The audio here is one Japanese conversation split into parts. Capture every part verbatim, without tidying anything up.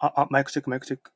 あ、あ、マイクチェック、マイクチェック。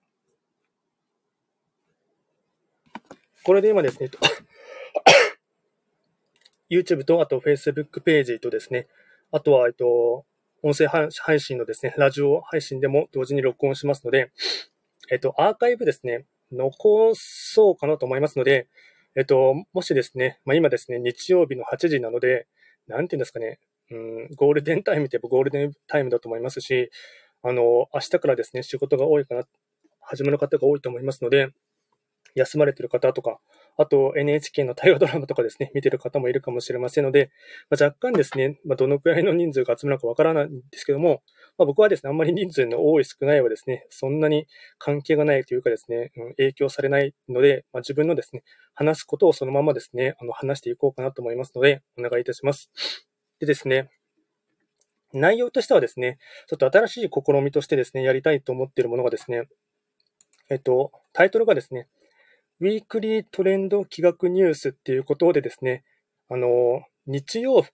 これで今ですね、YouTube と、あと Facebook ページとですね、あとは、えっと、音声配信のですね、ラジオ配信でも同時に録音しますので、えっと、アーカイブですね、残そうかなと思いますので、えっと、もしですね、まあ、今ですね、日曜日のはちじなので、なんていうんですかね、うん、ゴールデンタイムってゴールデンタイムだと思いますし、あの、明日からですね、仕事が多いかな、始まる方が多いと思いますので、休まれている方とか、あと エヌエイチケー の大河ドラマとかですね、見てる方もいるかもしれませんので、まあ、若干ですね、まあ、どのくらいの人数が集まるかわからないんですけども、まあ、僕はですね、あんまり人数の多い少ないはですね、そんなに関係がないというかですね、うん、影響されないので、まあ、自分のですね、話すことをそのままですね、あの話していこうかなと思いますので、お願いいたします。でですね、内容としてはですね、ちょっと新しい試みとしてですね、やりたいと思っているものがですね、えっと、タイトルがですね、ウィークリートレンド企画ニュースっていうことでですね、あの、日曜、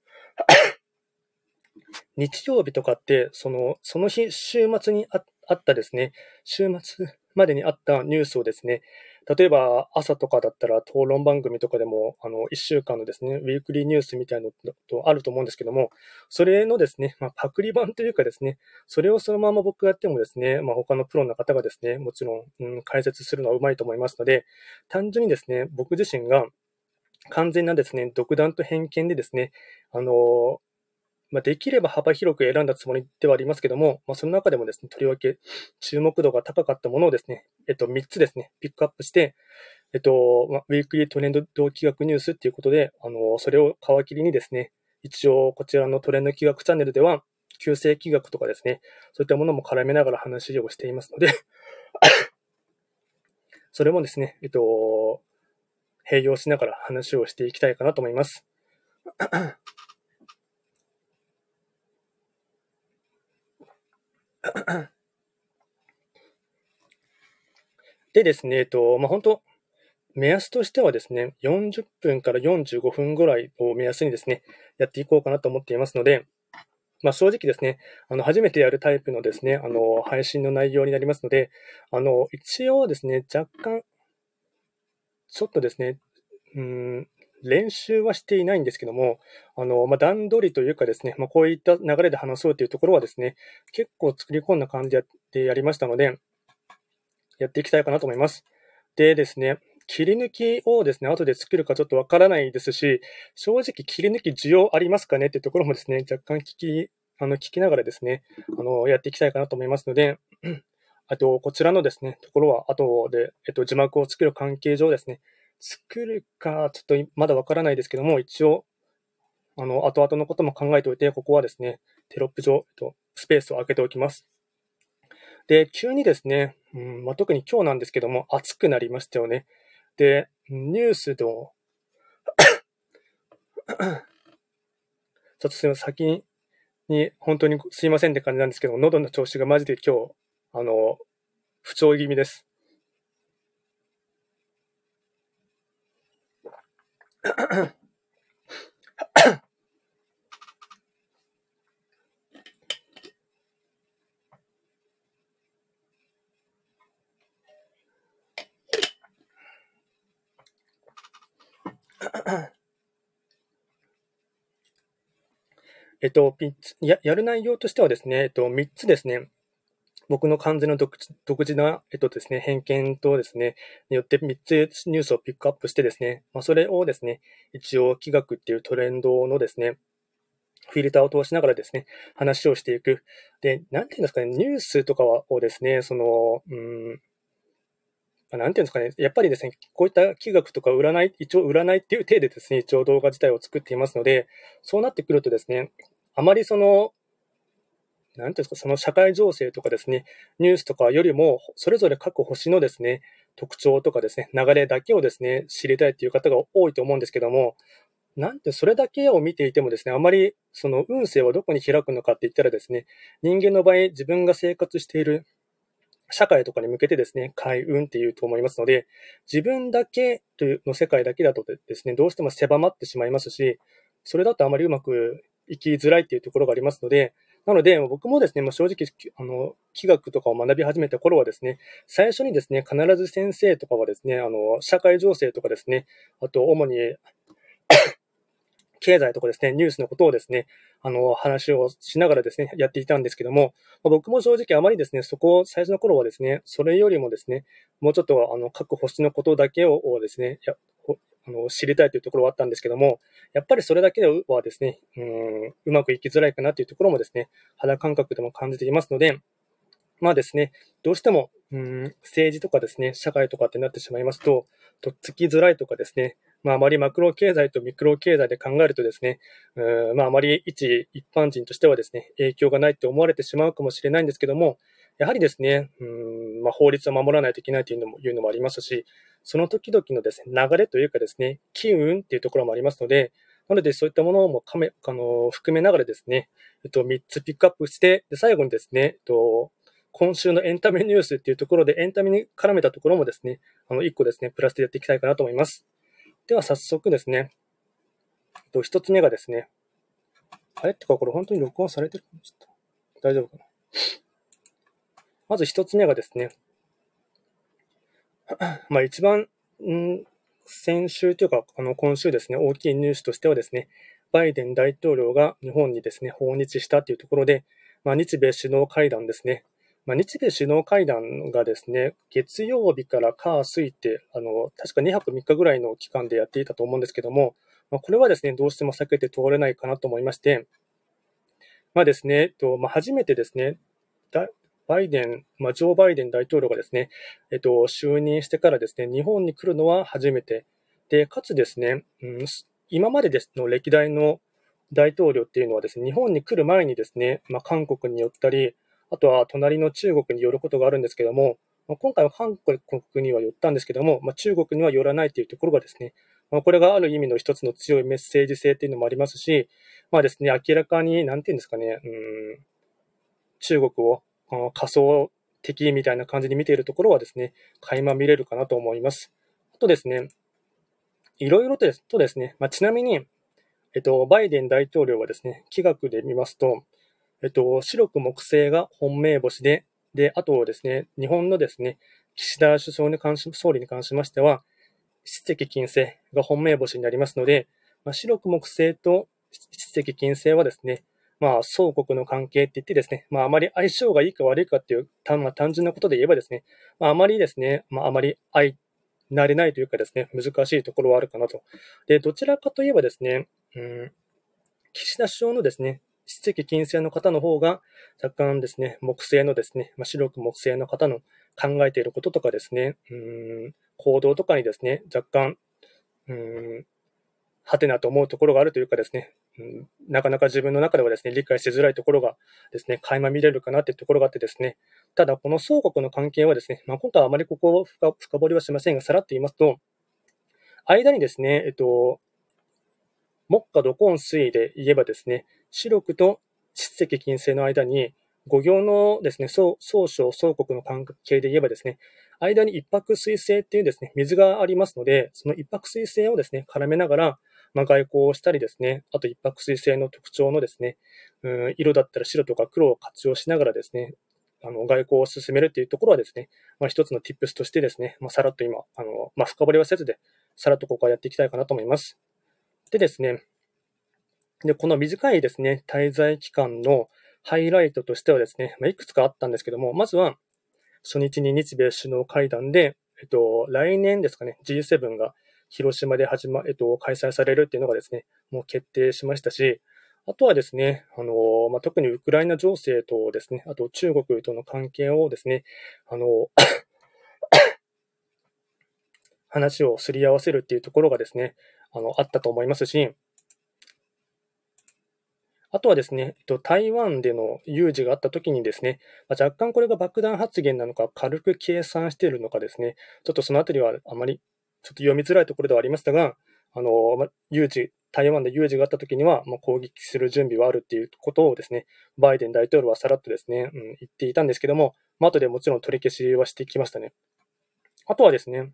日曜日とかって、その、その日、週末にああったですね、週末までにあったニュースをですね、例えば朝とかだったら討論番組とかでも、あの、いっしゅうかんのですね、ウィークリーニュースみたいなのとあると思うんですけども、それのですね、まあ、パクリ版というかですね、それをそのまま僕がやってもですね、まあ、他のプロの方がですね、もちろん、うん、解説するのはうまいと思いますので、単純にですね、僕自身が完全なですね、独断と偏見でですね、あの、まあ、できれば幅広く選んだつもりではありますけども、まあ、その中でもですね、とりわけ注目度が高かったものをですね、えっと、みっつですね、ピックアップして、えっと、まあ、ウィークリートレンド同企画ニュースっていうことで、あの、それを皮切りにですね、一応こちらのトレンド企画チャンネルでは、旧世企画とかですね、そういったものも絡めながら話をしていますのでそれもですね、えっと、併用しながら話をしていきたいかなと思います。でですね、えっと、まあ、本当目安としてはですね、よんじゅっぷんからよんじゅうごふんぐらいを目安にですね、やっていこうかなと思っていますので、まあ、正直ですね、あの、初めてやるタイプのですね、あの、配信の内容になりますので、あの、一応ですね、若干、ちょっとですね、うん、練習はしていないんですけども、あの、まあ、段取りというかですね、まあ、こういった流れで話そうというところはですね、結構作り込んだ感じでやってやりましたので、やっていきたいかなと思います。でですね、切り抜きをですね、後で作るかちょっとわからないですし、正直切り抜き需要ありますかねっていうところもですね、若干聞き、あの、聞きながらですね、あの、やっていきたいかなと思いますので、あと、こちらのですね、ところは後で、えっと、字幕を作る関係上ですね、作るか、ちょっとまだわからないですけども、一応、あの、後々のことも考えておいて、ここはですね、テロップ上、えっと、スペースを空けておきます。で、急にですね、うんまあ、特に今日なんですけども、暑くなりましたよね。で、ニュースの、ちょっとすみません、先に本当にすいませんって感じなんですけども、喉の調子がマジで今日、あの、不調気味です。えっと、ややる内容としてはですね、えっと、みっつですね、僕の完全な独独自な、えっとですね、偏見とですね、によってみっつニュースをピックアップしてですね、まあ、それをですね、一応、企画っていうトレンドのですね、フィルターを通しながらですね、話をしていく。で、なんていうんですかね、ニュースとかをですね、その、うん、なんていうんですかね、やっぱりですね、こういった企画とか占い、一応占いっていう体でですね、一応動画自体を作っていますので、そうなってくるとですね、あまりその、なんていうんですか、その社会情勢とかですね、ニュースとかよりも、それぞれ各星のですね、特徴とかですね、流れだけをですね、知りたいっていう方が多いと思うんですけども、なんて、それだけを見ていてもですね、あまりその運勢はどこに開くのかって言ったらですね、人間の場合、自分が生活している社会とかに向けてですね、開運っていうと思いますので、自分だけというの世界だけだとですね、どうしても狭まってしまいますし、それだとあまりうまくいきづらいっていうところがありますので、 なので、僕もですね、まあ、正直、あの、気学とかを学び始めた頃はですね、最初にですね、必ず先生とかはですね、あの、社会情勢とかですね、あと、主に経済とかですね、ニュースのことをですね、あの、話をしながらですね、やっていたんですけども、まあ、僕も正直あまりですね、そこを最初の頃はですね、それよりもですね、もうちょっとあの、各星のことだけをですね、やあの知りたいというところはあったんですけども、やっぱりそれだけではですね、うん、うまくいきづらいかなというところもですね、肌感覚でも感じていますので、まあですね、どうしても、うん、政治とかですね、社会とかってなってしまいますと、とっつきづらいとかですね、まああまりマクロ経済とミクロ経済で考えるとですね、うん、まああまり一一般人としてはですね、影響がないと思われてしまうかもしれないんですけども、やはりですね、うん、まあ法律を守らないといけないというのもいうのもありますし、その時々のですね、流れというかですね、機運っていうところもありますので、なのでそういったものもかめあの含めながらですね、えっと、みっつピックアップして、で最後にですね、えっと、今週のエンタメニュースっていうところで、エンタメに絡めたところもですね、あの、一個ですね、プラスでやっていきたいかなと思います。では、早速ですね、一つ目がですね、あれってか、これ本当に録音されてるかな、ちょっと大丈夫かな。まず一つ目がですね、まあ一番、ん先週というか、あの、今週ですね、大きいニュースとしてはですね、バイデン大統領が日本にですね、訪日したというところで、まあ、日米首脳会談ですね。まあ、日米首脳会談がですね、月曜日から火水って、あの、確かにはくみっかぐらいの期間でやっていたと思うんですけども、まあ、これはですね、どうしても避けて通れないかなと思いまして、まあですね、えっと、まあ、初めてですね、バイデン、まあ、ジョー・バイデン大統領がですね、えっと、就任してからですね、日本に来るのは初めて。で、かつですね、うん、今までですの歴代の大統領っていうのはですね、日本に来る前にですね、まあ、韓国に寄ったり、あとは隣の中国に寄ることがあるんですけども、まあ、今回は韓国には寄ったんですけども、まあ、中国には寄らないというところがですね、まあ、これがある意味の一つの強いメッセージ性っていうのもありますし、まあですね、明らかに、なんていうんですかね、うん、中国を仮想的みたいな感じに見ているところはですね、垣間見れるかなと思います。あとですね、いろいろとですとですね、まあ、ちなみに、えっと、バイデン大統領はですね、気学で見ますと、えっと、白く木星が本命星で、で、あとですね、日本のですね、岸田首相に関し、総理に関しましては、七石金星が本命星になりますので、まあ、白く木星と七石金星はですね、まあ、相国の関係って言ってですね、まあ、あまり相性がいいか悪いかっていう、単まあ、単純なことで言えばですね、まあ、あまりですね、まあ、あまり相なれないというかですね、難しいところはあるかなと。で、どちらかといえばですね、うん、岸田首相のですね、七石金星の方の方が、若干ですね、木星のですね、まあ、白く木星の方の考えていることとかですね、うん、行動とかにですね、若干、うん、はてなと思うところがあるというかですね、うん、なかなか自分の中ではですね、理解しづらいところがですね、垣間見れるかなというところがあってですね、ただこの相国の関係はですね、まあ、今回はあまりここを深深掘りはしませんが、さらっと言いますと、間にですね、えっと、木下土金水で言えばですね、白くと七石金星の間に、五行のですね、総称総国の関係で言えばですね、間に一泊水星っていうですね、水がありますので、その一泊水星をですね、絡めながら、まあ、外交をしたりですね、あと一泊水星の特徴のですね、うん、色だったら白とか黒を活用しながらですね、あの外交を進めるというところはですね、まあ、一つの tips としてですね、まあ、さらっと今、あのまあ、深掘りはせずで、さらっとここはやっていきたいかなと思います。でですね、で、この短いですね、滞在期間のハイライトとしてはですね、まあ、いくつかあったんですけども、まずは、初日に日米首脳会談で、えっと、来年ですかね、ジーセブン が広島で始ま、えっと、開催されるっていうのがですね、もう決定しましたし、あとはですね、あの、まあ、特にウクライナ情勢とですね、あと中国との関係をですね、あの、話をすり合わせるっていうところがですね、あの、あったと思いますし、あとはですね、台湾での有事があったときにですね、若干これが爆弾発言なのか、軽く計算しているのかですね、ちょっとそのあたりはあまりちょっと読みづらいところではありましたが、あの、ま、有事、台湾で有事があったときには、まあ、攻撃する準備はあるっていうことをですね、バイデン大統領はさらっとですね、うん、言っていたんですけども、まあ、後でもちろん取り消しはしてきましたね。あとはですね、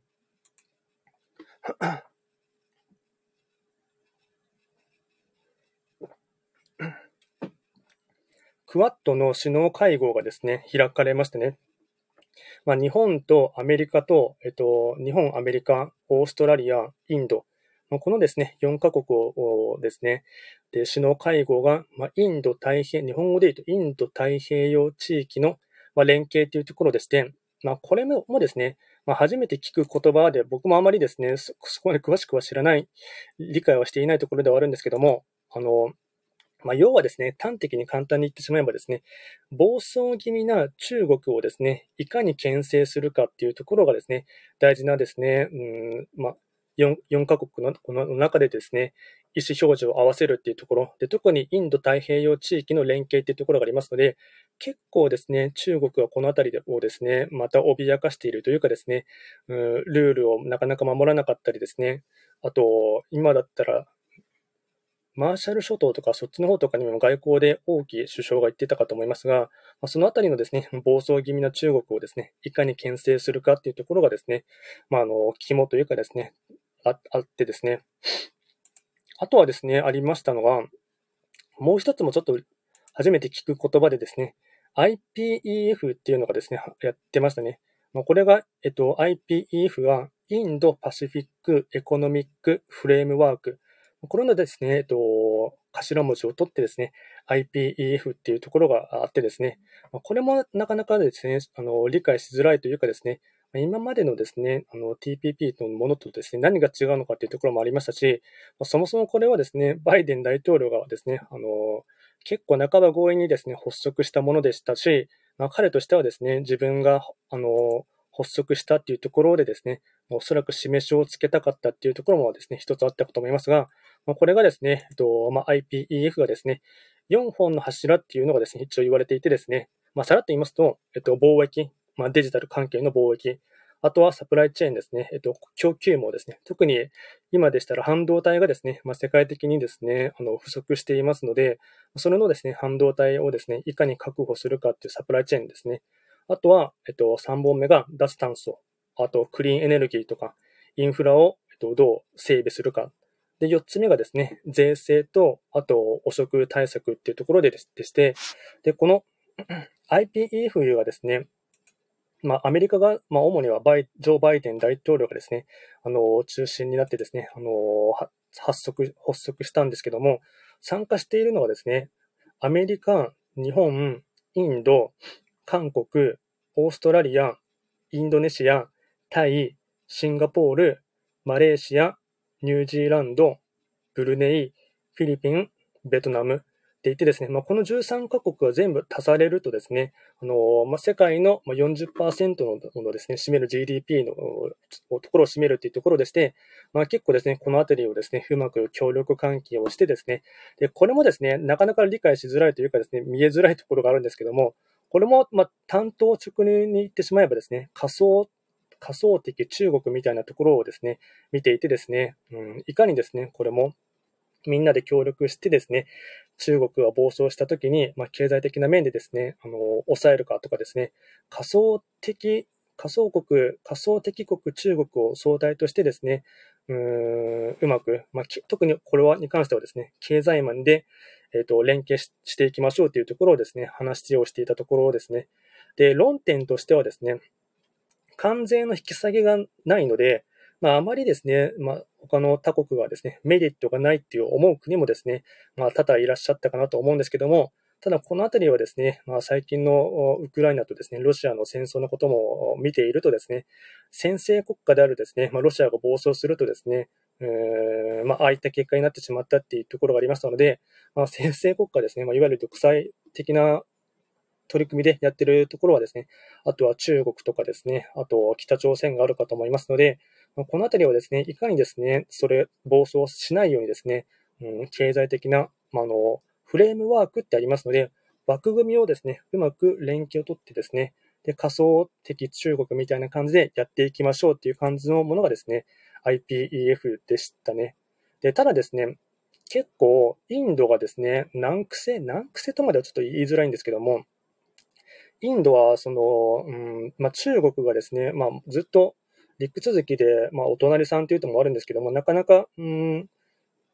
クアッドの首脳会合がですね、開かれましてね、まあ、日本とアメリカと、えっと、日本、アメリカ、オーストラリア、インド、このですね、よんカ国をですね、で首脳会合が、まあ、インド太平、日本語で言うとインド太平洋地域の、まあ、連携というところでして、まあ、これもですね、まあ、初めて聞く言葉で、僕もあまりですね、そそこまで詳しくは知らない、理解はしていないところではあるんですけども、あの、まあ、要はですね、端的に簡単に言ってしまえばですね、暴走気味な中国をですね、いかに牽制するかっていうところがですね、大事なですね、うん、まあ、4, よんカ国のこの中でですね、意思表示を合わせるっていうところで、特にインド太平洋地域の連携っていうところがありますので、結構ですね、中国はこのあたりをですね、また脅かしているというかですね、うん、ルールをなかなか守らなかったりですね、あと、今だったら、マーシャル諸島とかそっちの方とかにも外交で王毅首相が言っていたかと思いますが、まあ、そのあたりのですね、暴走気味な中国をですね、いかに牽制するかっていうところがですね、まあ、あの、肝というかですね、ああってですね、あとはですね、ありましたのは、もう一つもちょっと初めて聞く言葉でですね、アイピーイーエフ っていうのがですね、やってましたね。まあ、これが、えっと、アイピーイーエフ は、インドパシフィックエコノミックフレームワーク。これのですね、えっと、頭文字を取ってですね、アイピーイーエフ っていうところがあってですね、まあこれもなかなかですね、あの、理解しづらいというかですね、今までのですね、あの ティーピーピー のものとですね、何が違うのかというところもありましたし、まあそもそもこれはですね、バイデン大統領がですね、あの、結構半ば強引にですね、発足したものでしたし、まあ、彼としてはですね、自分が、あの、発足したっていうところでですね、おそらく示しをつけたかったっていうところもですね、一つあったかと思いますが、まあ、これがですね、えっと、まあ、アイピーイーエフ がですね、よんほんの柱っていうのがですね、一応言われていてですね、まあ、さらっと言いますと、えっと、貿易、まあ、デジタル関係の貿易、あとはサプライチェーンですね、えっと、供給網ですね。特に今でしたら半導体がですね、まあ、世界的にですね、あの、不足していますので、それのですね、半導体をですね、いかに確保するかっていうサプライチェーンですね。あとは、えっと、さんぼんめが脱炭素。あと、クリーンエネルギーとか、インフラを、えっと、どう整備するか。で、よっつめがですね、税制と、あと、汚職対策っていうところででして、で、この アイピーイーエフ はですね、まあ、アメリカが、まあ、主にはバイ、ジョー・バイデン大統領がですね、あの、中心になってですね、あの、発足、発足したんですけども、参加しているのはですね、アメリカ、日本、インド、韓国、オーストラリア、インドネシア、タイ、シンガポール、マレーシア、ニュージーランド、ブルネイ、フィリピン、ベトナムっていってですね、まあ、このじゅうさんカ国が全部足されるとですね、あのまあ、世界のよんじゅっパーセントのものですね、占める ジーディーピー のところを占めるというところでして、まあ、結構ですね、このあたりをですね、うまく協力関係をしてですね、で、これもですね、なかなか理解しづらいというかですね、見えづらいところがあるんですけども、これも、まあ、担当直入に言ってしまえばですね、仮想仮想的中国みたいなところをですね、見ていてですね、うん、いかにですね、これもみんなで協力してですね、中国が暴走したときに、まあ、経済的な面でですね、あの、抑えるかとかですね、仮想的、仮想国、仮想敵国中国を総体としてですね、うーん、うまく、まあ、特にこれはに関してはですね、経済面で、えっと、連携ししていきましょうというところをですね、話をしていたところですね。で、論点としてはですね、関税の引き下げがないので、まあ、あまりですね、まあ、他の他国がですね、メリットがないっていう思う国もですね、まあ、多々いらっしゃったかなと思うんですけども、ただこのあたりはですね、まあ、最近のウクライナとですね、ロシアの戦争のことも見ているとですね、先制国家であるですね、まあ、ロシアが暴走するとですね、えーまあ、ああいった結果になってしまったっていうところがありましたので、まあ、先制国家ですね、まあ、いわゆる独裁的な取り組みでやってるところはですね、あとは中国とかですね、あと北朝鮮があるかと思いますので、このあたりはですね、いかにですね、それ、暴走しないようにですね、うん、経済的な、まあ、あの、フレームワークってありますので、枠組みをですね、うまく連携を取ってですね、で、仮想的中国みたいな感じでやっていきましょうっていう感じのものがですね、アイピーイーエフ でしたね。で、ただですね、結構、インドがですね、難癖、難癖とまではちょっと言いづらいんですけども、インドは、その、うん、まあ、中国がですね、まあ、ずっと陸続きで、まあ、お隣さんというともあるんですけども、なかなか、うん、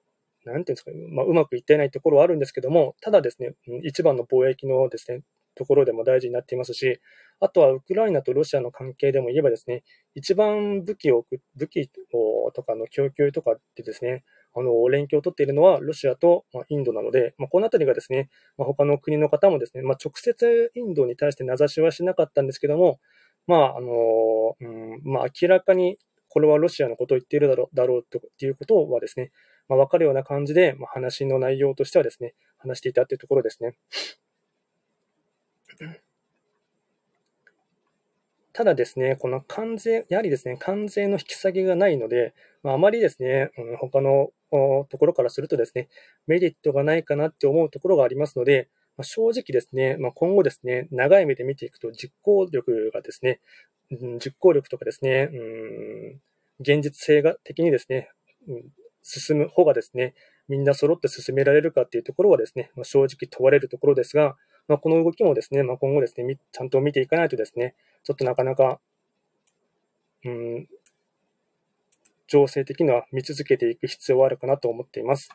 なんていうんですかね、まあ、うまくいっていないところはあるんですけども、ただですね、一番の貿易のですね、ところでも大事になっていますし、あとはウクライナとロシアの関係でも言えばですね、一番武器を、武器をとかの供給とかってですね、あの、連携を取っているのはロシアとインドなので、まあ、このあたりがですね、まあ、他の国の方もですね、まあ、直接インドに対して名指しはしなかったんですけども、まあ、あの、うん、まあ、明らかにこれはロシアのことを言っているだろう、だろうということはですね、まあ、分かるような感じで、まあ、話の内容としてはですね、話していたというところですね。ただですね、この関税、やはりですね、関税の引き下げがないので、まあ、あまりですね、うん、他のところからするとですね、メリットがないかなって思うところがありますので、まあ、正直ですね、まあ、今後ですね、長い目で見ていくと実行力がですね、うん、実行力とかですね、うん、現実性が的にですね、うん、進む方がですね、みんな揃って進められるかっていうところはですね、まあ、正直問われるところですが、まあ、この動きもですね、まあ、今後ですね、ちゃんと見ていかないとですね、ちょっとなかなか、うん、情勢的には見続けていく必要はあるかなと思っています。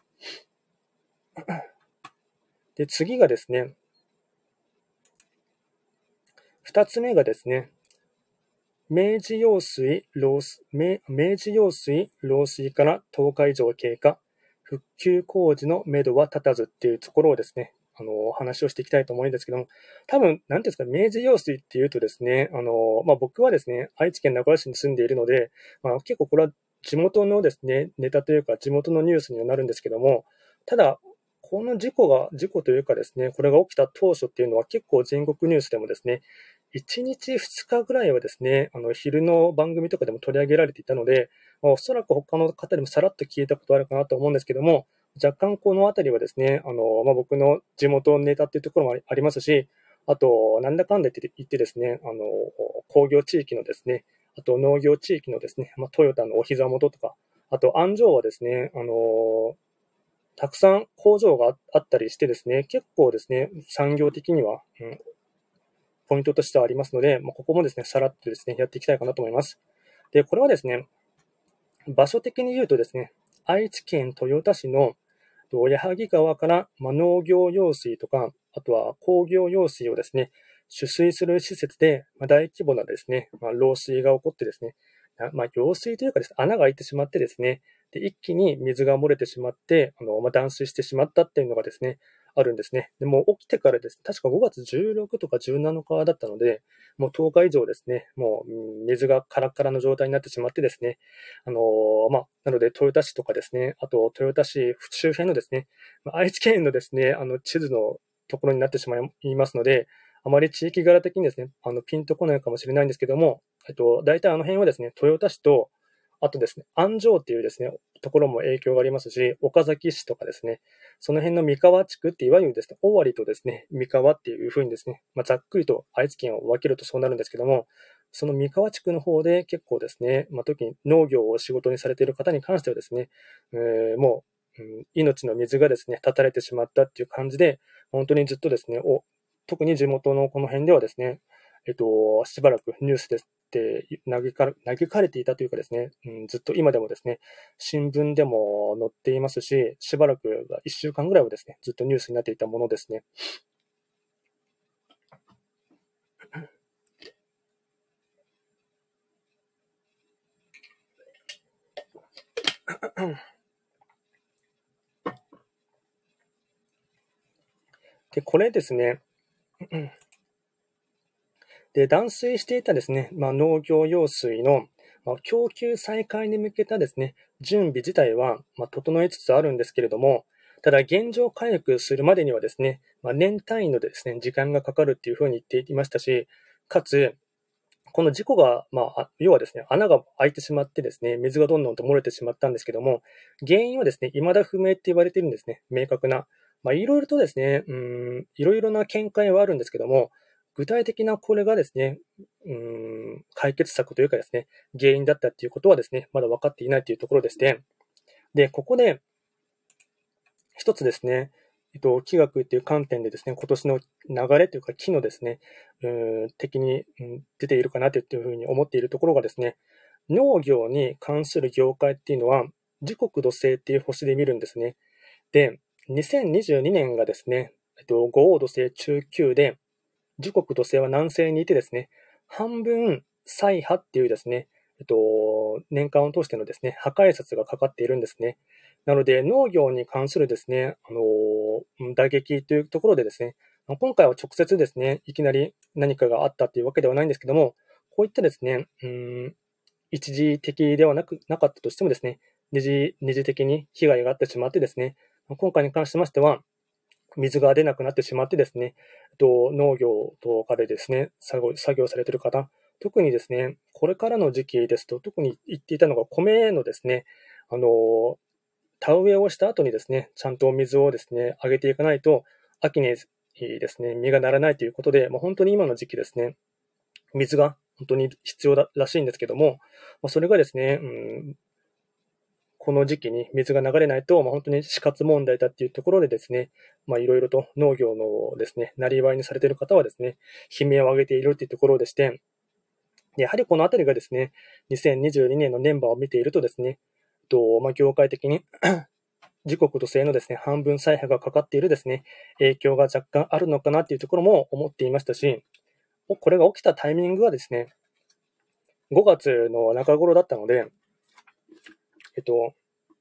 で、次がですね、二つ目がですね、明治用水、漏水、明明治用水、漏水からとおか以上経過、復旧工事のめどは立たずっていうところをですね、あの、話をしていきたいと思うんですけども、多分、なんていうんですか、明治用水っていうとですね、あの、まあ、僕はですね、愛知県名古屋市に住んでいるので、まあ、結構これは地元のですね、ネタというか、地元のニュースにはなるんですけども、ただ、この事故が、事故というかですね、これが起きた当初っていうのは結構全国ニュースでもですね、いちにちふつかぐらいはですね、あの、昼の番組とかでも取り上げられていたので、まあ、おそらく他の方でもさらっと聞いたことあるかなと思うんですけども、若干このあたりはですね、あの、まあ、僕の地元ネタっていうところもありますし、あと、なんだかんだ言ってですね、あの、工業地域のですね、あと農業地域のですね、まあ、トヨタのお膝元とか、あと安城はですね、あの、たくさん工場があったりしてですね、結構ですね、産業的には、うん、ポイントとしてはありますので、まあ、ここもですね、さらっとですね、やっていきたいかなと思います。で、これはですね、場所的に言うとですね、愛知県豊田市の矢作川から、まあ、農業用水とか、あとは工業用水をですね、取水する施設で、まあ、大規模なですね、まあ、漏水が起こってですね、まあ、用水というかですね、穴が開いてしまってですね、で一気に水が漏れてしまって、あのまあ、断水してしまったっていうのがですね、あるんですね。でも起きてからですね、確かごがつじゅうろくとかじゅうなのかだったので、もうとおか以上ですね、もう水がカラッカラの状態になってしまってですね、あのーまあ、なので豊田市とかですね、あと豊田市周辺のですね、愛知県のですね、あの地図のところになってしまいますので、あまり地域柄的にですね、あのピンとこないかもしれないんですけども、えっと、大体あの辺はですね、豊田市と、あとですね、安城っていうですね、ところも影響がありますし、岡崎市とかですね、その辺の三河地区っていわゆるですね、尾張とですね、三河っていうふうにですね、まあ、ざっくりと愛知県を分けるとそうなるんですけども、その三河地区の方で結構ですね、まあ、特に農業を仕事にされている方に関してはですね、えーもう、うん、命の水がですね、断たれてしまったっていう感じで、本当にずっとですね、お特に地元のこの辺ではですね、えっと、しばらくニュースですって嘆か嘆かれていたというかですね、うん、ずっと今でもですね、新聞でも載っていますし、しばらくいっしゅうかんぐらいはですね、ずっとニュースになっていたものですね。で、これですね、で、断水していたですね、まあ、農業用水の、まあ、供給再開に向けたですね、準備自体は、まあ、整えつつあるんですけれども、ただ現状回復するまでにはですね、まあ、年単位のですね、時間がかかるっていうふうに言っていましたし、かつ、この事故が、まあ、要はですね、穴が開いてしまってですね、水がどんどんと漏れてしまったんですけども、原因はですね、未だ不明って言われているんですね、明確な。まあ、いろいろとですね、うん、いろいろな見解はあるんですけども、具体的なこれがですね、うん、解決策というかですね、原因だったっていうことはですね、まだ分かっていないというところでして、で、ここで一つですね、えっと、気学っていう観点でですね、今年の流れというか、気のですね、うん、的に、うん、出ているかなというふうに思っているところがですね、農業に関する業界っていうのは、時刻土星っていう星で見るんですね。 で、にせんにじゅうにねんがですね、えっと、五黄土星中級で、時刻土星は南西にいてですね、半分、歳波っていうですね、えっと、年間を通してのですね、破壊札がかかっているんですね。なので、農業に関するですね、あの、打撃というところでですね、今回は直接ですね、いきなり何かがあったというわけではないんですけども、こういったですね、うん、一時的ではなく、なかったとしてもですね、二次、二次的に被害があってしまってですね、今回に関しましては、水が出なくなってしまってですね、と農業とかでですね、作業作業されている方、特にですね、これからの時期ですと、特に言っていたのが米のですね、あの、田植えをした後にですね、ちゃんと水をですね、あげていかないと、秋にですね、実がならないということで、もう本当に今の時期ですね、水が本当に必要だらしいんですけども、それがですね、うん、この時期に水が流れないと、まあ、本当に死活問題だっていうところでですね、まあ、いろいろと農業のですね、なりわいにされている方はですね、悲鳴を上げているっていうところでして、やはりこのあたりがですね、にせんにじゅうにねんの年場を見ているとですね、とまあ、業界的に時刻土星のですね、半分歳波がかかっているですね、影響が若干あるのかなっていうところも思っていましたし、これが起きたタイミングはですね、ごがつの中頃だったので、えっと、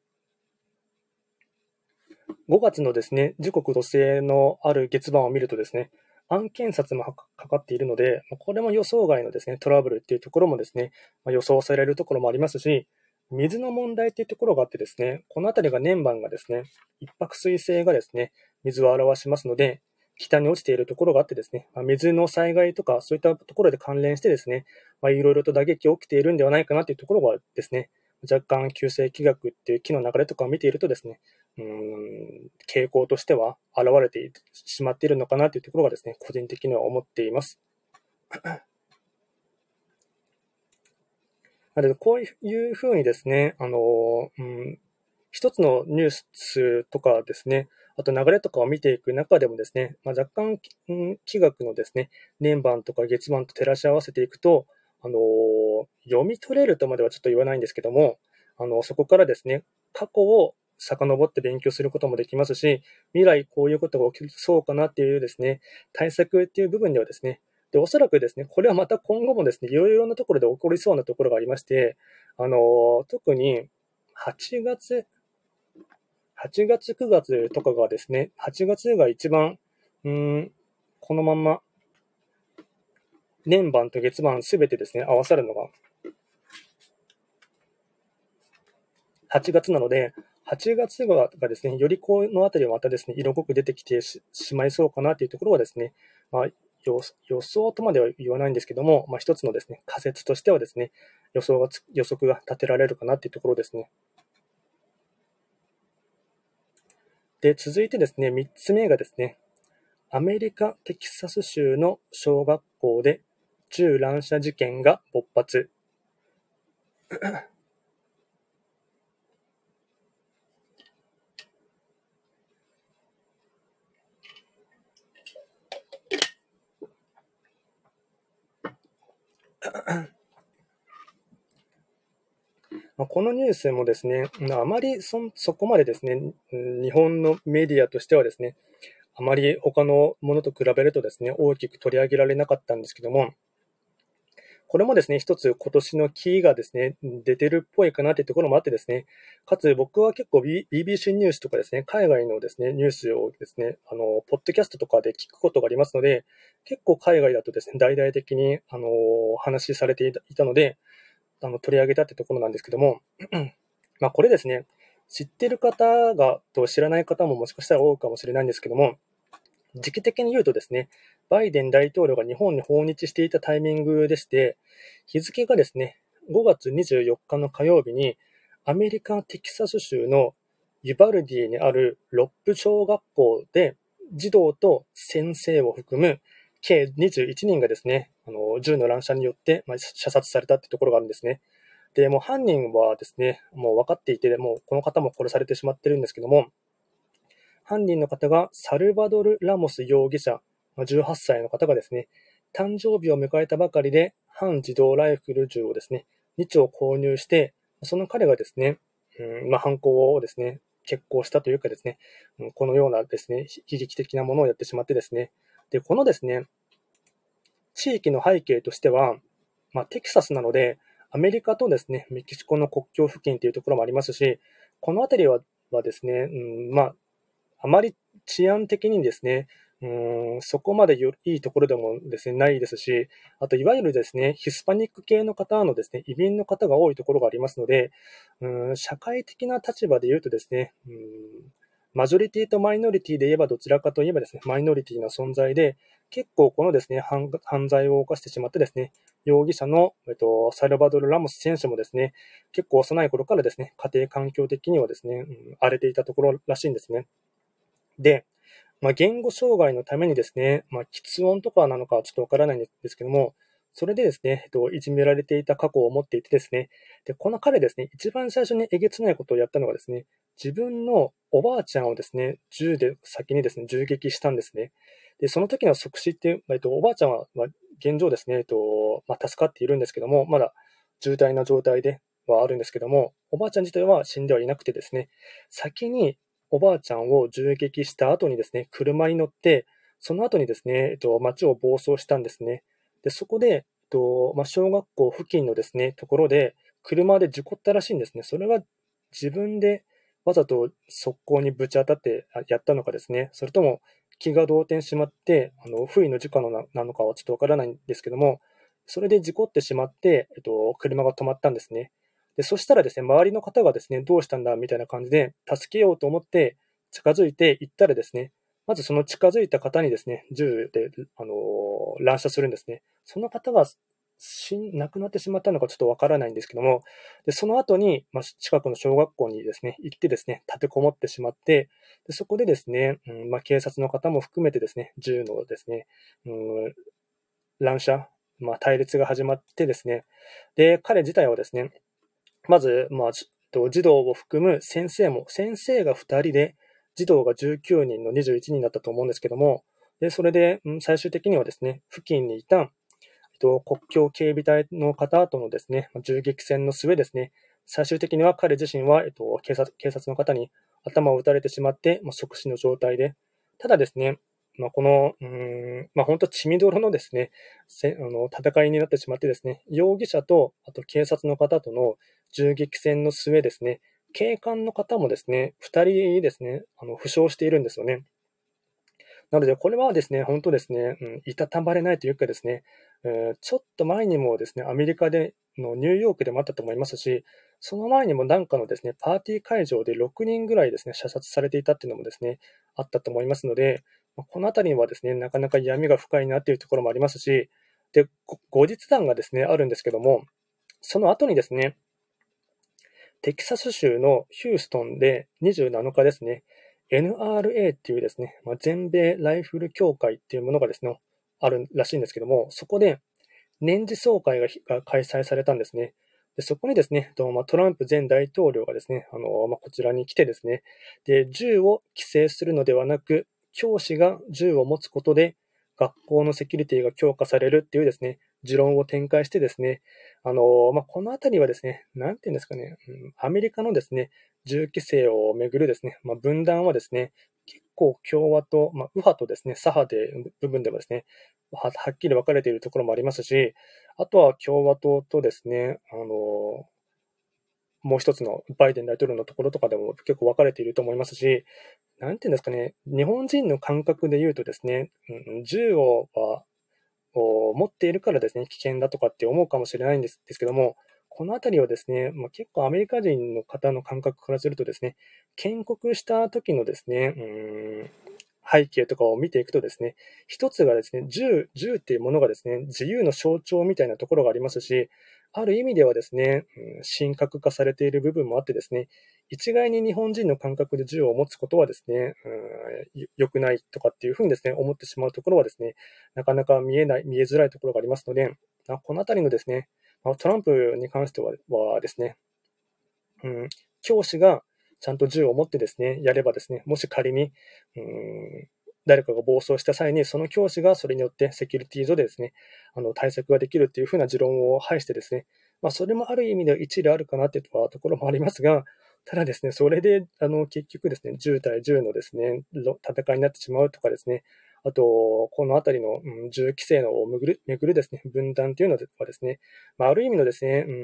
ごがつのですね、時刻土星のある月番を見るとですね、案件札もかかっているので、これも予想外のですね、トラブルっていうところもですね、予想されるところもありますし、水の問題っていうところがあってですね、このあたりが年番がですね、一泊水星がですね、水を表しますので、北に落ちているところがあってですね、水の災害とかそういったところで関連してですね、まあ、いろいろと打撃起きているんではないかなというところがですね、若干旧世気学っていう木の流れとかを見ているとですね、うーん傾向としては現れてしまっているのかなというところがですね、個人的には思っています。なので、こういうふうにですね、あの、うん、一つのニュースとかですね、あと流れとかを見ていく中でもですね、まあ、若干、うん、気学のですね、年番とか月番と照らし合わせていくと、あの読み取れるとまではちょっと言わないんですけども、あのそこからですね、過去を遡って勉強することもできますし、未来こういうことが起きそうかなっていうですね、対策っていう部分ではですね、で、おそらくですね、これはまた今後もですね、いろいろなところで起こりそうなところがありまして、あの、特にはちがつ、はちがつ、くがつとかがですね、はちがつが一番、うーん、このまんま、年番と月番すべてですね、合わさるのが、はちがつなので、はちがつがですね、よりこのあたりはまたですね、色濃く出てきて し, しまいそうかなというところはですね、まあ、予予想とまでは言わないんですけども、まあ、一つのですね、仮説としてはですね、予想が予測が立てられるかなというところですね。で、続いてですね、みっつめがですね、アメリカ・テキサス州の小学校で銃乱射事件が勃発。このニュースもですね、あまり そ, そこまでですね、日本のメディアとしてはですね、あまり他のものと比べるとですね、大きく取り上げられなかったんですけども、これもですね、一つ今年のキーがですね、出てるっぽいかなというところもあってですね、かつ僕は結構 ビービーシー ニュースとかですね、海外のですね、ニュースをですね、あの、ポッドキャストとかで聞くことがありますので、結構海外だとですね、大々的に、あの、話しされていたいたので、あの、取り上げたってところなんですけども、まあこれですね、知ってる方が、と知らない方ももしかしたら多いかもしれないんですけども、時期的に言うとですね、バイデン大統領が日本に訪日していたタイミングでして、日付がですね、ごがつにじゅうよっかの火曜日に、アメリカ・テキサス州のユバルディにあるロップ小学校で、児童と先生を含む計にじゅういちにんがですね、あの銃の乱射によって、まあ、射殺されたってところがあるんですね。で、もう犯人はですね、もう分かっていて、もうこの方も殺されてしまってるんですけども、犯人の方がサルバドル・ラモス容疑者、じゅうはっさいの方がですね、誕生日を迎えたばかりで半自動ライフル銃をですね、に丁購入して、その彼がですね、うんまあ、犯行をですね、 決行したというかですね、このようなですね、悲劇的なものをやってしまってですね、で、このですね、地域の背景としては、まあ、テキサスなので、アメリカとですね、メキシコの国境付近というところもありますし、この辺りははですね、うん、まあ、あまり治安的にですね、うん、そこまでよいいところでもですね、ないですし、あと、いわゆるですね、ヒスパニック系の方のですね、移民の方が多いところがありますので、うん、社会的な立場で言うとですね、うん、マジョリティとマイノリティで言えばどちらかといえばですね、マイノリティな存在で、結構このですね、犯犯罪を犯してしまってですね、容疑者の、えっと、サルバドル・ラモス選手もですね、結構幼い頃からですね、家庭環境的にはですね、うん、荒れていたところらしいんですね。で、まあ、言語障害のためにですね、まあ、喫音とかなのかはちょっとわからないんですけども、それでですね、えっと、いじめられていた過去を持っていてですね、で、この彼ですね、一番最初にえげつないことをやったのがですね、自分のおばあちゃんをですね、銃で先にですね、銃撃したんですね。で、その時の即死っていう、えっと、おばあちゃんは、まあ、現状ですね、えっと、まあ、助かっているんですけども、まだ重体な状態ではあるんですけども、おばあちゃん自体は死んではいなくてですね、先におばあちゃんを銃撃した後にですね、車に乗って、その後にですね、えっと、街を暴走したんですね。で、そこで、えっと、まあ、小学校付近のですね、ところで、車で事故ったらしいんですね。それが自分でわざと側溝にぶち当たってやったのかですね、それとも気が動転しまって、あの、不意の事故ななのかはちょっとわからないんですけども、それで事故ってしまって、えっと、車が止まったんですね。で、そしたらですね、周りの方がですね、どうしたんだみたいな感じで、助けようと思って近づいて行ったらですね、まずその近づいた方にですね、銃で、あのー乱射するんですね。その方が死ん、亡くなってしまったのかちょっとわからないんですけども、で、その後に、まあ、近くの小学校にですね、行ってですね、立てこもってしまって、でそこでですね、うん、まあ、警察の方も含めてですね、銃のですね、うん、乱射、まあ、対立が始まってですね、で、彼自体はですね、まず、まあ、児童を含む先生も、先生がふたりで、児童がじゅうきゅうにんのにじゅういちにんだったと思うんですけども、で、それで、最終的にはですね、付近にいた、国境警備隊の方とのですね、銃撃戦の末ですね、最終的には彼自身は、えっと、警察、警察の方に頭を撃たれてしまって、まあ、即死の状態で、ただですね、まあ、この、うーん、まあ、本当血みどろのですね、せあの戦いになってしまってですね、容疑者と、あと警察の方との銃撃戦の末ですね、警官の方もですね、ふたりですね、あの負傷しているんですよね。なので、これはですね、本当ですね、うん、いたたまれないというかですね、えーちょっと前にもですね、アメリカでのニューヨークでもあったと思いますし、その前にもなんかのですね、パーティー会場でろくにんぐらいですね、射殺されていたっていうのもですね、あったと思いますので、まあこのあたりにはですね、なかなか闇が深いなっていうところもありますし、で、ご後日談がですね、あるんですけども、その後にですね、テキサス州のヒューストンでにじゅうなのかですね、エヌアールエー っていうですね、まあ、全米ライフル協会っていうものがですね、あるらしいんですけども、そこで年次総会がが開催されたんですね。でそこにですね、とまあ、トランプ前大統領がですね、あのまあ、こちらに来てですね、で、銃を規制するのではなく、教師が銃を持つことで学校のセキュリティが強化されるっていうですね、持論を展開してですね、あのまあ、このあたりはですね、なんていうんですかね、うん、アメリカのですね、銃規制をめぐるですね、まあ、分断はですね、結構共和と、まあ、右派とですね、左派で部分ではですね、ははっきり分かれているところもありますし、あとは共和党とですね、あのもう一つのバイデン大統領のところとかでも結構分かれていると思いますし、なんていうんですかね、日本人の感覚で言うとですね、うん、銃をはを持っているからですね、危険だとかって思うかもしれないんですですけども、このあたりはですね、まあ、結構アメリカ人の方の感覚からするとですね、建国した時のですね、うーん背景とかを見ていくとですね、一つがですね、銃、銃っていうものがですね、自由の象徴みたいなところがありますし、ある意味ではですね、うん、神格化されている部分もあってですね、一概に日本人の感覚で銃を持つことはですね、うん、良くないとかっていうふうにですね、思ってしまうところはですね、なかなか見えない、見えづらいところがありますので、このあたりのですね、トランプに関してははですね、うん、教師がちゃんと銃を持ってですね、やればですね、もし仮に、うん、誰かが暴走した際に、その教師がそれによってセキュリティ上でですね、あの対策ができるっていうふうな持論を排してですね、まあ、それもある意味では一理あるかなっていうところもありますが、 ただですね、それで、あの、結局ですね、じゅう対じゅうのですね、ろ戦いになってしまうとかですね、あと、このあたりの、うん、銃規制のをめぐるめぐるですね、分断というのはですね、まあ、ある意味のですね、うん、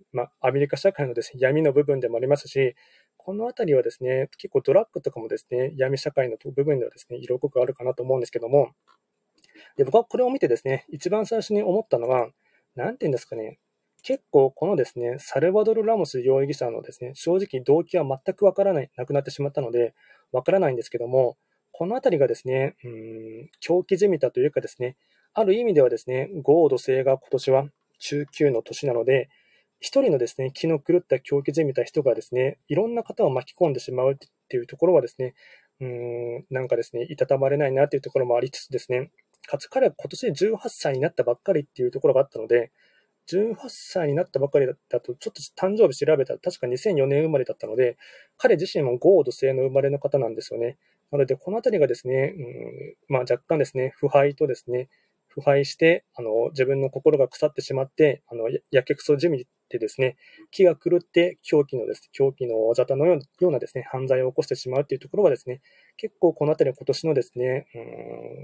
まあ、アメリカ社会のですね、闇の部分でもありますし、このあたりはですね、結構ドラッグとかもですね、闇社会の部分ではですね、色濃くあるかなと思うんですけども、で、僕はこれを見てですね、一番最初に思ったのは、なんていうんですかね、結構このですね、サルバドル・ラモス容疑者のですね、正直動機は全くわからない、なくなってしまったので、わからないんですけども、このあたりがですね、うーん、狂気じみたというかですね、ある意味ではですね、豪土星が今年は中級の年なので、一人のですね、気の狂った狂気じみた人がですね、いろんな方を巻き込んでしまうっていうところはですね、うーん、なんかですね、いたたまれないなというところもありつつですね、かつ彼は今年じゅうはっさいになったばっかりっていうところがあったので、じゅうはっさいになったばかりだと、ちょっと誕生日調べたら確かにせんよねん生まれだったので、彼自身も豪土星の生まれの方なんですよね。なので、このあたりがですね、うん、まあ若干ですね、腐敗とですね、腐敗して、あの、自分の心が腐ってしまって、あの、ややけくそじみてですね、気が狂って狂気のです、狂気の沙汰のようなですね、犯罪を起こしてしまうというところはですね、結構このあたりは今年のですね、うん、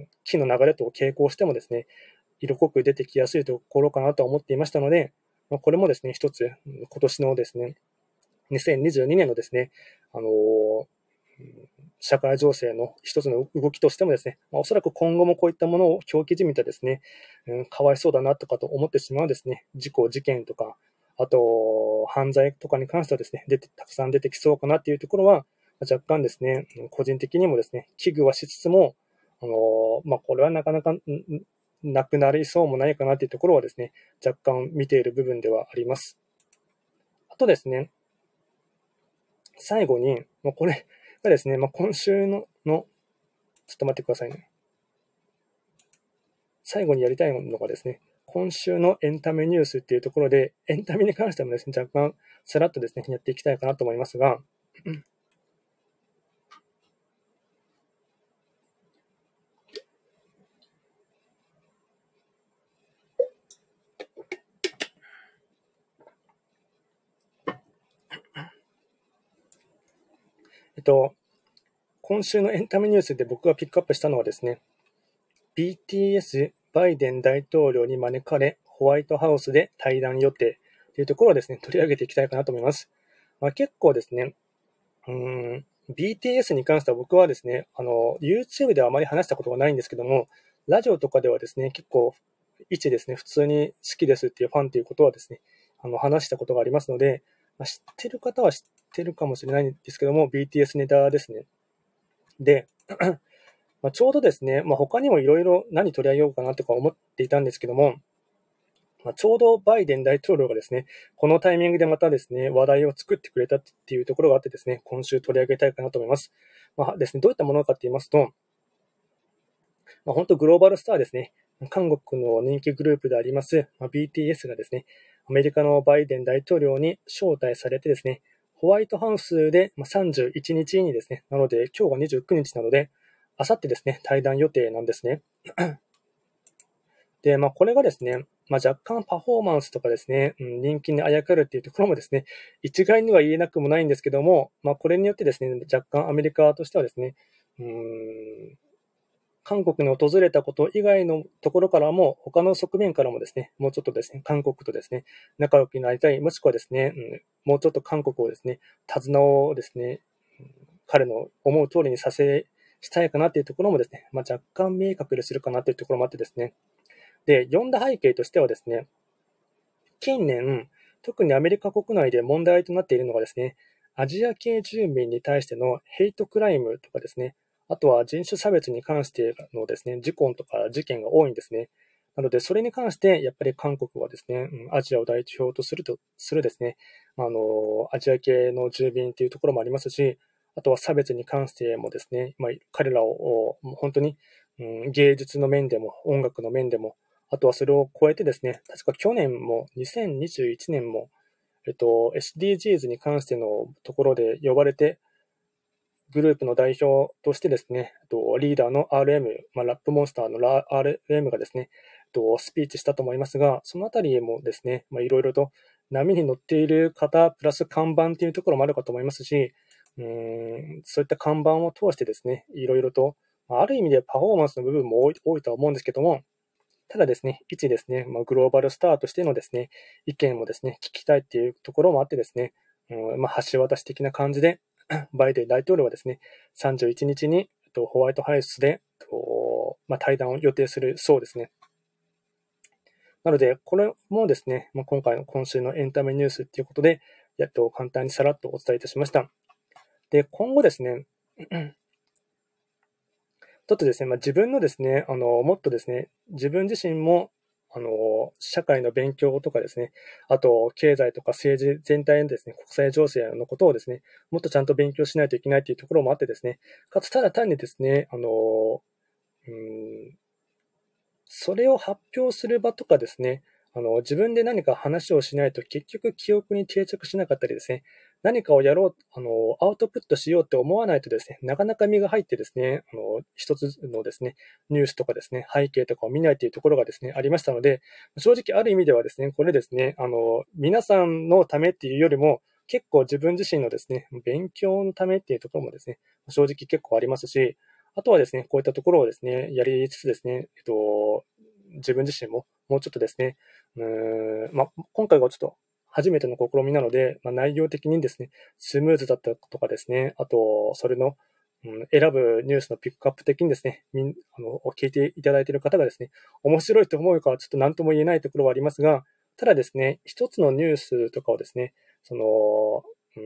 気の流れと傾向してもですね、色濃く出てきやすいところかなと思っていましたので、まあ、これもですね、一つ、今年のですね、にせんにじゅうにねんのですね、あのー社会情勢の一つの動きとしてもですね、まあ、おそらく今後もこういったものを狂気じみたですね、うん、かわいそうだなとかと思ってしまうですね、事故、事件とか、あと、犯罪とかに関してはですね、出て、たくさん出てきそうかなっていうところは、若干ですね、個人的にもですね、危惧はしつつも、あのーまあ、これはなかなか、なくなりそうもないかなっていうところはですね、若干見ている部分ではあります。あとですね、最後に、まあ、これがですね、まあ、今週のの、ちょっと待ってくださいね。最後にやりたいのがですね、今週のエンタメニュースっていうところで、エンタメに関してもですね、若干さらっとですね、やっていきたいかなと思いますが、えっと、今週のエンタメニュースで僕がピックアップしたのはですね、ビーティーエス バイデン大統領に招かれ、ホワイトハウスで対談予定というところをですね、取り上げていきたいかなと思います。まあ、結構ですね、うーん、ビーティーエス に関しては僕はですね、あの、YouTube ではあまり話したことがないんですけども、ラジオとかではですね、結構、一ですね、普通に好きですっていうファンということはですね、あの、話したことがありますので、まあ、知ってる方は知ってるかもしれないんですけども、ビーティーエス ネタですね。で、まあ、ちょうどですね、まあ、他にもいろいろ何取り上げようかなとか思っていたんですけども、まあ、ちょうどバイデン大統領がですね、このタイミングでまたですね、話題を作ってくれたっていうところがあってですね、今週取り上げたいかなと思います。まあですね、どういったものかと言いますと、まあ、本当グローバルスターですね、韓国の人気グループであります、まあ、ビーティーエス がですね、アメリカのバイデン大統領に招待されてですね、ホワイトハウスでさんじゅういちにちにですね、なので今日がにじゅうくにちなので、あさってですね、対談予定なんですね。で、まあ、これがですね、まあ、若干パフォーマンスとかですね、うん、人気にあやかるっていうところもですね、一概には言えなくもないんですけども、まあ、これによってですね、若干アメリカとしてはですね、うーん、韓国に訪れたこと以外のところからも、他の側面からもですね、もうちょっとですね、韓国とですね、仲良くなりたい、もしくはですね、うん、もうちょっと韓国をですね、手綱をですね、彼の思う通りにさせ、したいかなっていうところもですね、まあ、若干見え隠れするかなというところもあってですね、で、読んだ背景としてはですね、近年、特にアメリカ国内で問題となっているのがですね、アジア系住民に対してのヘイトクライムとかですね、あとは人種差別に関してのですね、事故とか事件が多いんですね。なので、それに関して、やっぱり韓国はですね、うんアジアを代表とすると、するですね、あの、アジア系の住民というところもありますし、あとは差別に関してもですね、まあ、彼らを本当に、うん、芸術の面でも音楽の面でも、あとはそれを超えてですね、確か去年もにせんにじゅういちねんも、えっと、エスディージーズ に関してのところで呼ばれて、グループの代表としてですね、とリーダーの アールエム、まあ、ラップモンスターの アールエム がですね、 と、スピーチしたと思いますが、そのあたりもですね、まあ、いろいろと波に乗っている方、プラス看板というところもあるかと思いますし、うーん、そういった看板を通してですね、いろいろと、まあある意味でパフォーマンスの部分も多い多いとは思うんですけども、ただですね、一ですね、まあ、グローバルスターとしてのですね、意見もですね、聞きたいっていうところもあってですね、うん、まあ、橋渡し的な感じで、バイデン大統領はですね、さんじゅういちにちにとホワイトハウスでと、まあ、対談を予定するそうですね。なので、これもですね、まあ、今回の今週のエンタメニュースっていうことで、やっと簡単にさらっとお伝えいたしました。で、今後ですね、ちょっとですね、まあ、自分のですね、あの、もっとですね、自分自身も、あの、社会の勉強とかですね、あと、経済とか政治全体のですね、国際情勢のことをですね、もっとちゃんと勉強しないといけないというところもあってですね、かつただ単にですね、あの、うん、それを発表する場とかですね、あの、自分で何か話をしないと結局記憶に定着しなかったりですね、何かをやろう、あの、アウトプットしようって思わないとですね、なかなか身が入ってですね、あの、一つのですね、ニュースとかですね、背景とかを見ないというところがですね、ありましたので、正直ある意味ではですね、これですね、あの、皆さんのためっていうよりも、結構自分自身のですね、勉強のためっていうところもですね、正直結構ありますし、あとはですね、こういったところをですね、やりつつですね、えっと、自分自身ももうちょっとですね、うーん、まあ、今回はちょっと初めての試みなので、まあ、内容的にですね、スムーズだったとかですね、あと、それの、うん、選ぶニュースのピックアップ的にですね、みんあの聞いていただいている方がですね、面白いと思うかはちょっと何とも言えないところはありますが、ただですね、一つのニュースとかをですね、その、うん、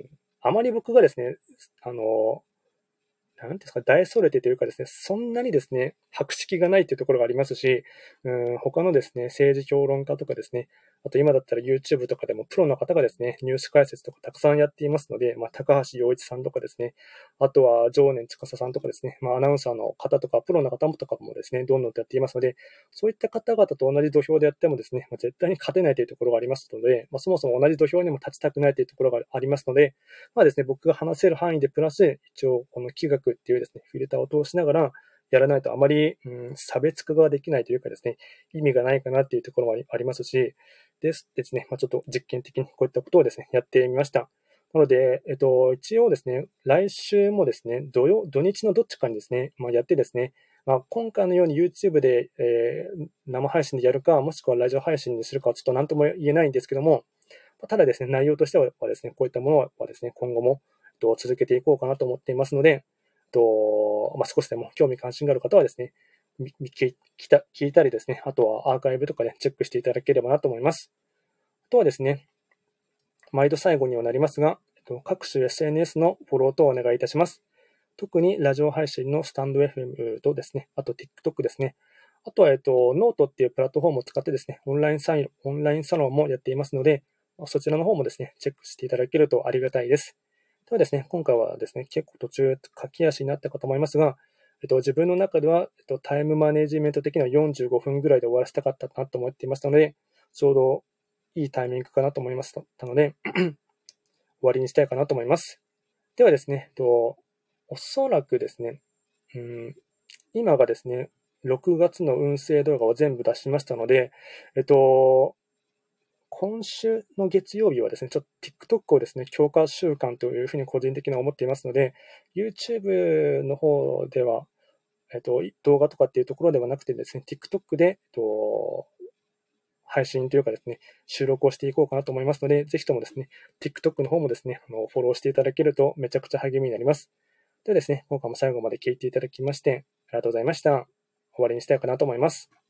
あまり僕がですね、あの、なんですか、大それてというかですね、そんなにですね、博識がないというところがありますし、うん、他のですね、政治評論家とかですね、あと今だったら YouTube とかでもプロの方がですね、ニュース解説とかたくさんやっていますので、まあ、高橋洋一さんとかですね、あとは常年司さんとかですね、まあ、アナウンサーの方とか、プロの方とかもですね、どんどんとやっていますので、そういった方々と同じ土俵でやってもですね、まあ、絶対に勝てないというところがありますので、まあ、そもそも同じ土俵にも立ちたくないというところがありますので、まあですね、僕が話せる範囲でプラス、一応この気学っていうですね、フィルターを通しながらやらないとあまり、うん、差別化ができないというかですね、意味がないかなっていうところもありますし、ですですね、まあ、ちょっと実験的にこういったことをですね、やってみました。なので、えっと、一応ですね、来週もですね、土曜、土日のどっちかにですね、まあ、やってですね、まあ、今回のように YouTube で、えー生配信でやるか、もしくはラジオ配信にするかはちょっと何とも言えないんですけども、ただですね、内容としてはですね、こういったものはですね、今後も続けていこうかなと思っていますので、とまあ、少しでも興味関心がある方はですね、聞いた聞いたりですね、あとはアーカイブとかでチェックしていただければなと思います。あとはですね、毎度最後にはなりますが、各種 エスエヌエス のフォローとお願いいたします。特にラジオ配信のスタンド エフエム とですね、あと TikTok ですね。あとは、えっと、ノートっていうプラットフォームを使ってですね、オンラインサイン、オンラインサロンもやっていますので、そちらの方もですね、チェックしていただけるとありがたいです。ではですね、今回はですね、結構途中駆け足になったかと思いますが、えっと、自分の中では、えっと、タイムマネジメント的にはよんじゅうごふんぐらいで終わらせたかったなと思っていましたので、ちょうどいいタイミングかなと思いましたので、終わりにしたいかなと思います。ではですね、えっと、おそらくですね、うん、今がですね、ろくがつの運勢動画を全部出しましたので、えっと、今週の月曜日はですね、ちょっと TikTok をですね、強化習慣というふうに個人的には思っていますので、YouTube の方では、えっと、動画とかっていうところではなくてですね、TikTok で、えっと、配信というかですね、収録をしていこうかなと思いますので、ぜひともですね、TikTok の方もですね、あのフォローしていただけるとめちゃくちゃ励みになります。ではですね、今回も最後まで聞いていただきまして、ありがとうございました。終わりにしたいかなと思います。